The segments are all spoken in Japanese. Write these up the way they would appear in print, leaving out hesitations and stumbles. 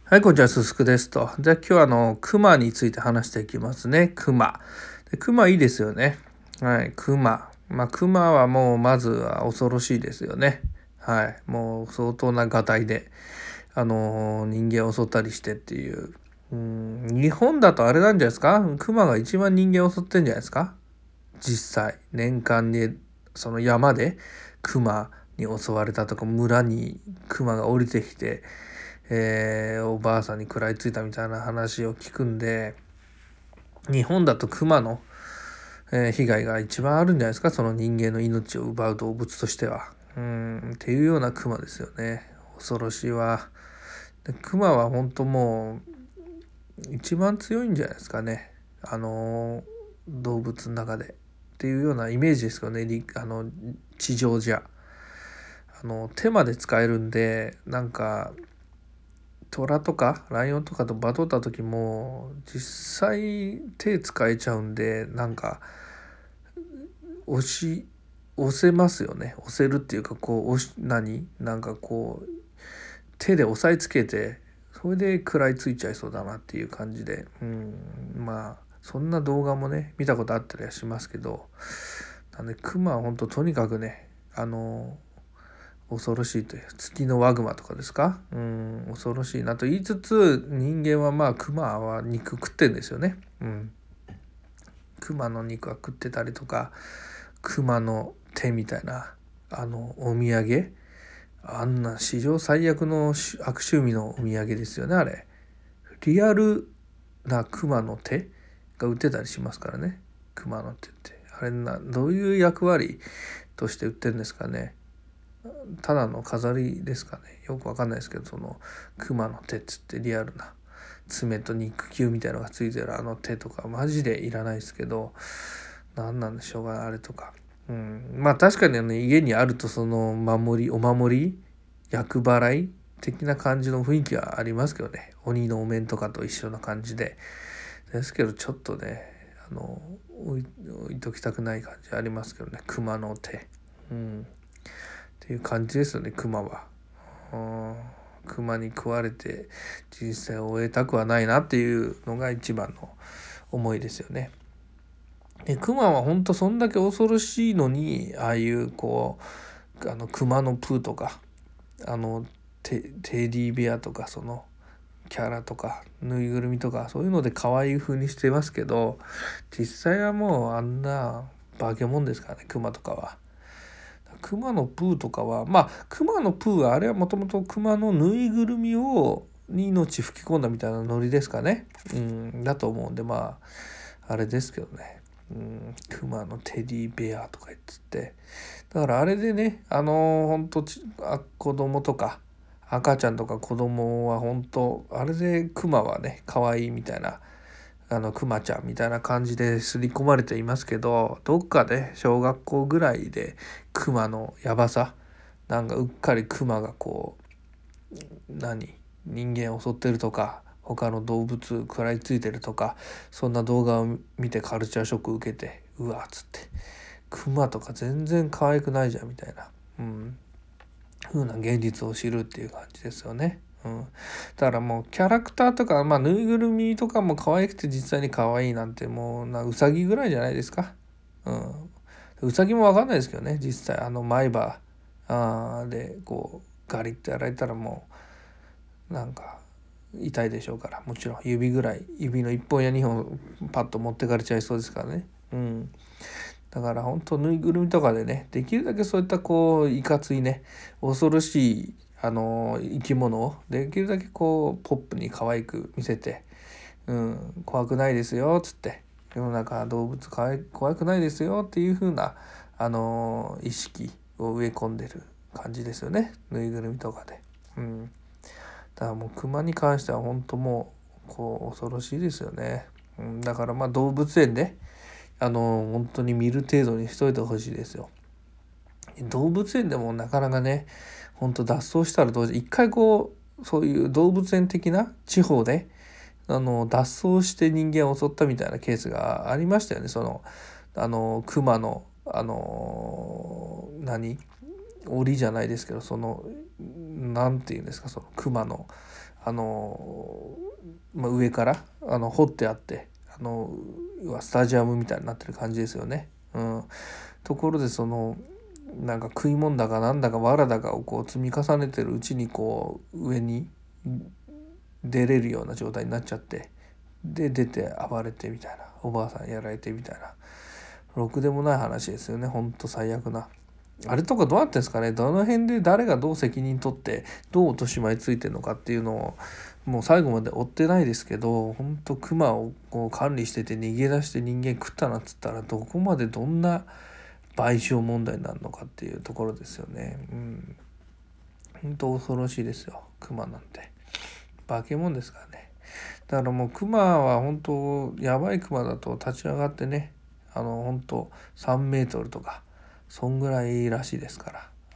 はい、こんにちは、すすくですと。じゃあ今日はクマについて話していきますね。クマ。クマいいですよね。はい、クマ。クマはもうまずは恐ろしいですよね。はい、もう相当ながたいで、人間を襲ったりしてっていう。日本だとあれなんじゃないですか？クマが一番人間を襲ってんじゃないですか？実際、年間にその山でクマに襲われたとか、村にクマが降りてきて、おばあさんに食らいついたみたいな話を聞くんで、日本だとクマの、被害が一番あるんじゃないですか、その人間の命を奪う動物としては。っていうようなクマですよね。恐ろしいわ。でクマは本当もう一番強いんじゃないですかね。動物の中で。っていうようなイメージですよね。地上じゃ。手まで使えるんで、なんか虎とかライオンとかとバトった時も実際手使えちゃうんで、なんか押せますよね。押せるっていうか、こうなんかこう手で押さえつけて、それで食らいついちゃいそうだなっていう感じで、そんな動画もね見たことあったりはしますけど、なんでクマは本当とにかくね、恐ろしいという、月のワグマとかですか、恐ろしいなと言いつつ、人間はクマは肉食ってんですよね。クマの肉は食ってたりとか、クマの手みたいなお土産、あんな史上最悪の悪趣味のお土産ですよね、あれ。リアルなクマの手が売ってたりしますからね。クマの手ってあれどういう役割として売ってるんですかね。ただの飾りですかね。よくわかんないですけど、その熊の手っつってリアルな爪と肉球みたいのがついてるあの手とかマジでいらないですけど、何なんでしょうがあれとか。確かにね、家にあるとそのお守り厄払い的な感じの雰囲気はありますけどね。鬼のお面とかと一緒な感じで。ですけどちょっとね、置いときたくない感じありますけどね、熊の手。っていう感じですよね、クマは。クマに食われて人生を終えたくはないなっていうのが一番の思いですよね。でクマは本当そんだけ恐ろしいのに、ああいうクマのプーとかテディベアとか、そのキャラとかぬいぐるみとかそういうので可愛い風にしてますけど、実際はもうあんな化け物ですからね、クマとかは。クマのプーとかはクマのプーはあれはもともとクマのぬいぐるみに命吹き込んだみたいなノリですかね。だと思うんで、あれですけどね。クマのテディベアとか言ってて、だからあれでね、本当子供とか赤ちゃんとか子供は本当あれでクマはね可愛いみたいな、クマちゃんみたいな感じで刷り込まれていますけど、どっかで小学校ぐらいでクマのやばさ、なんかうっかりクマが人間を襲ってるとか他の動物食らいついてるとか、そんな動画を見てカルチャーショック受けて、うわっつって、クマとか全然可愛くないじゃんみたいな風な現実を知るっていう感じですよね。だからもうキャラクターとか、ぬいぐるみとかも可愛くて実際に可愛いなんて、もうウサギぐらいじゃないですか。ウサギも分かんないですけどね、実際前歯でガリッてやられたらもうなんか痛いでしょうから、もちろん指の1本や2本パッと持ってかれちゃいそうですからね。だから本当ぬいぐるみとかでね、できるだけそういったいかついね恐ろしい生き物をできるだけポップに可愛く見せて、怖くないですよっつって、世の中動物怖くないですよっていう風な意識を植え込んでる感じですよね、ぬいぐるみとかで。だからもうクマに関しては本当もう恐ろしいですよね。だから動物園で本当に見る程度にしといてほしいですよ。動物園でもなかなかね、本当脱走したら一回そういう動物園的な地方で脱走して人間を襲ったみたいなケースがありましたよね。クマの檻じゃないですけど、なんていうんですか、そのクマの上から掘ってあって要はスタジアムみたいになってる感じですよね。ところでなんか食い物だかなんだか藁だかをこう積み重ねてるうちにこう上に出れるような状態になっちゃって、で出て暴れてみたいな、おばあさんやられてみたいな、ろくでもない話ですよね。ほんと最悪な。あれとかどうなってんですかね。どの辺で誰がどう責任取ってどう落とし前ついてるのかっていうのをもう最後まで追ってないですけど、ほんとクマをこう管理してて逃げ出して人間食ったなっつったら、どこまでどんな賠償問題になるのかっていうところですよね。ほんと恐ろしいですよ、クマなんて。化け物ですからね。だからもうクマは本当やばいクマだと立ち上がってね、本当3メートルとかそんぐらいらしいですから、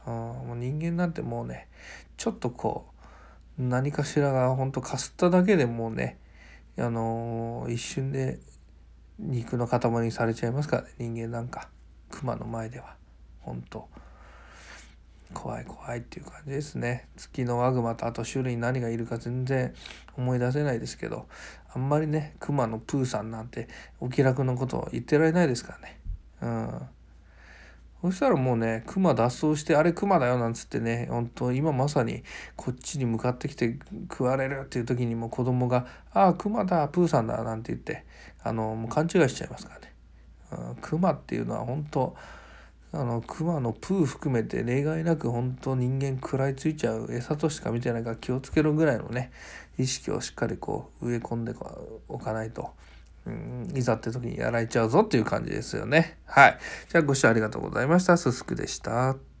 もう人間なんてもうね、ちょっとこう何かしらが本当かすっただけでもうね、一瞬で肉の塊にされちゃいますからね、人間なんかクマの前では本当怖い怖いっていう感じですね。月のワグマとあと種類何がいるか全然思い出せないですけど、あんまりねクマのプーさんなんてお気楽なことを言ってられないですからね。そしたらもうねクマ脱走してあれクマだよなんつってね、本当今まさにこっちに向かってきて食われるっていう時にも子供が「ああクマだプーさんだ」なんて言ってもう勘違いしちゃいますからね。クマっていうのは本当クマのプー含めて例外なく本当人間食らいついちゃう餌としか見てないから気をつけろぐらいのね意識をしっかりこう植え込んでおかないと、いざって時にやられちゃうぞっていう感じですよね。はい。じゃあご視聴ありがとうございました。すすくでした。